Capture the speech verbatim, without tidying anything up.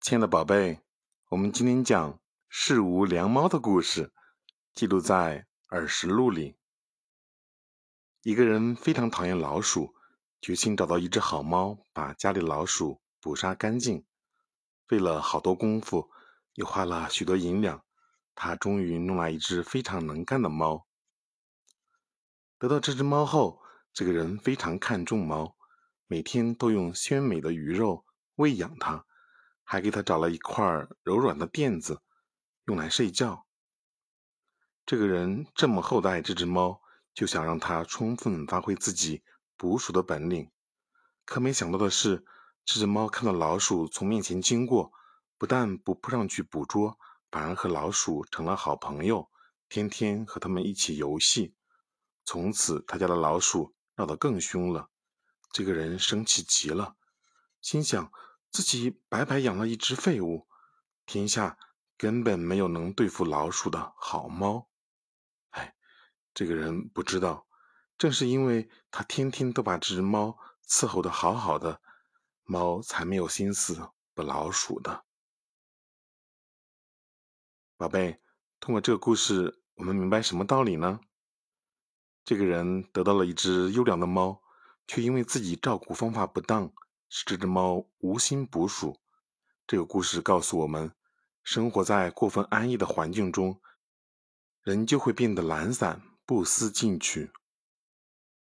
亲爱的宝贝，我们今天讲事无良猫的故事，记录在耳实录里。一个人非常讨厌老鼠，决心找到一只好猫，把家里老鼠捕杀干净。费了好多功夫，又花了许多银两，他终于弄来一只非常能干的猫。得到这只猫后，这个人非常看重猫，每天都用鲜美的鱼肉喂养它，还给它找了一块柔软的垫子，用来睡觉。这个人这么厚待这只猫，就想让它充分发挥自己捕鼠的本领。可没想到的是，这只猫看到老鼠从面前经过，不但不扑上去捕捉，反而和老鼠成了好朋友，天天和它们一起游戏。从此他家的老鼠闹得更凶了。这个人生气极了，心想自己白白养了一只废物，天下根本没有能对付老鼠的好猫。哎，这个人不知道，正是因为他天天都把这只猫伺候得好好的，猫才没有心思捕老鼠的。宝贝，通过这个故事，我们明白什么道理呢？这个人得到了一只优良的猫，却因为自己照顾方法不当，使这只猫无心捕鼠。这个故事告诉我们，生活在过分安逸的环境中，人就会变得懒散，不思进取。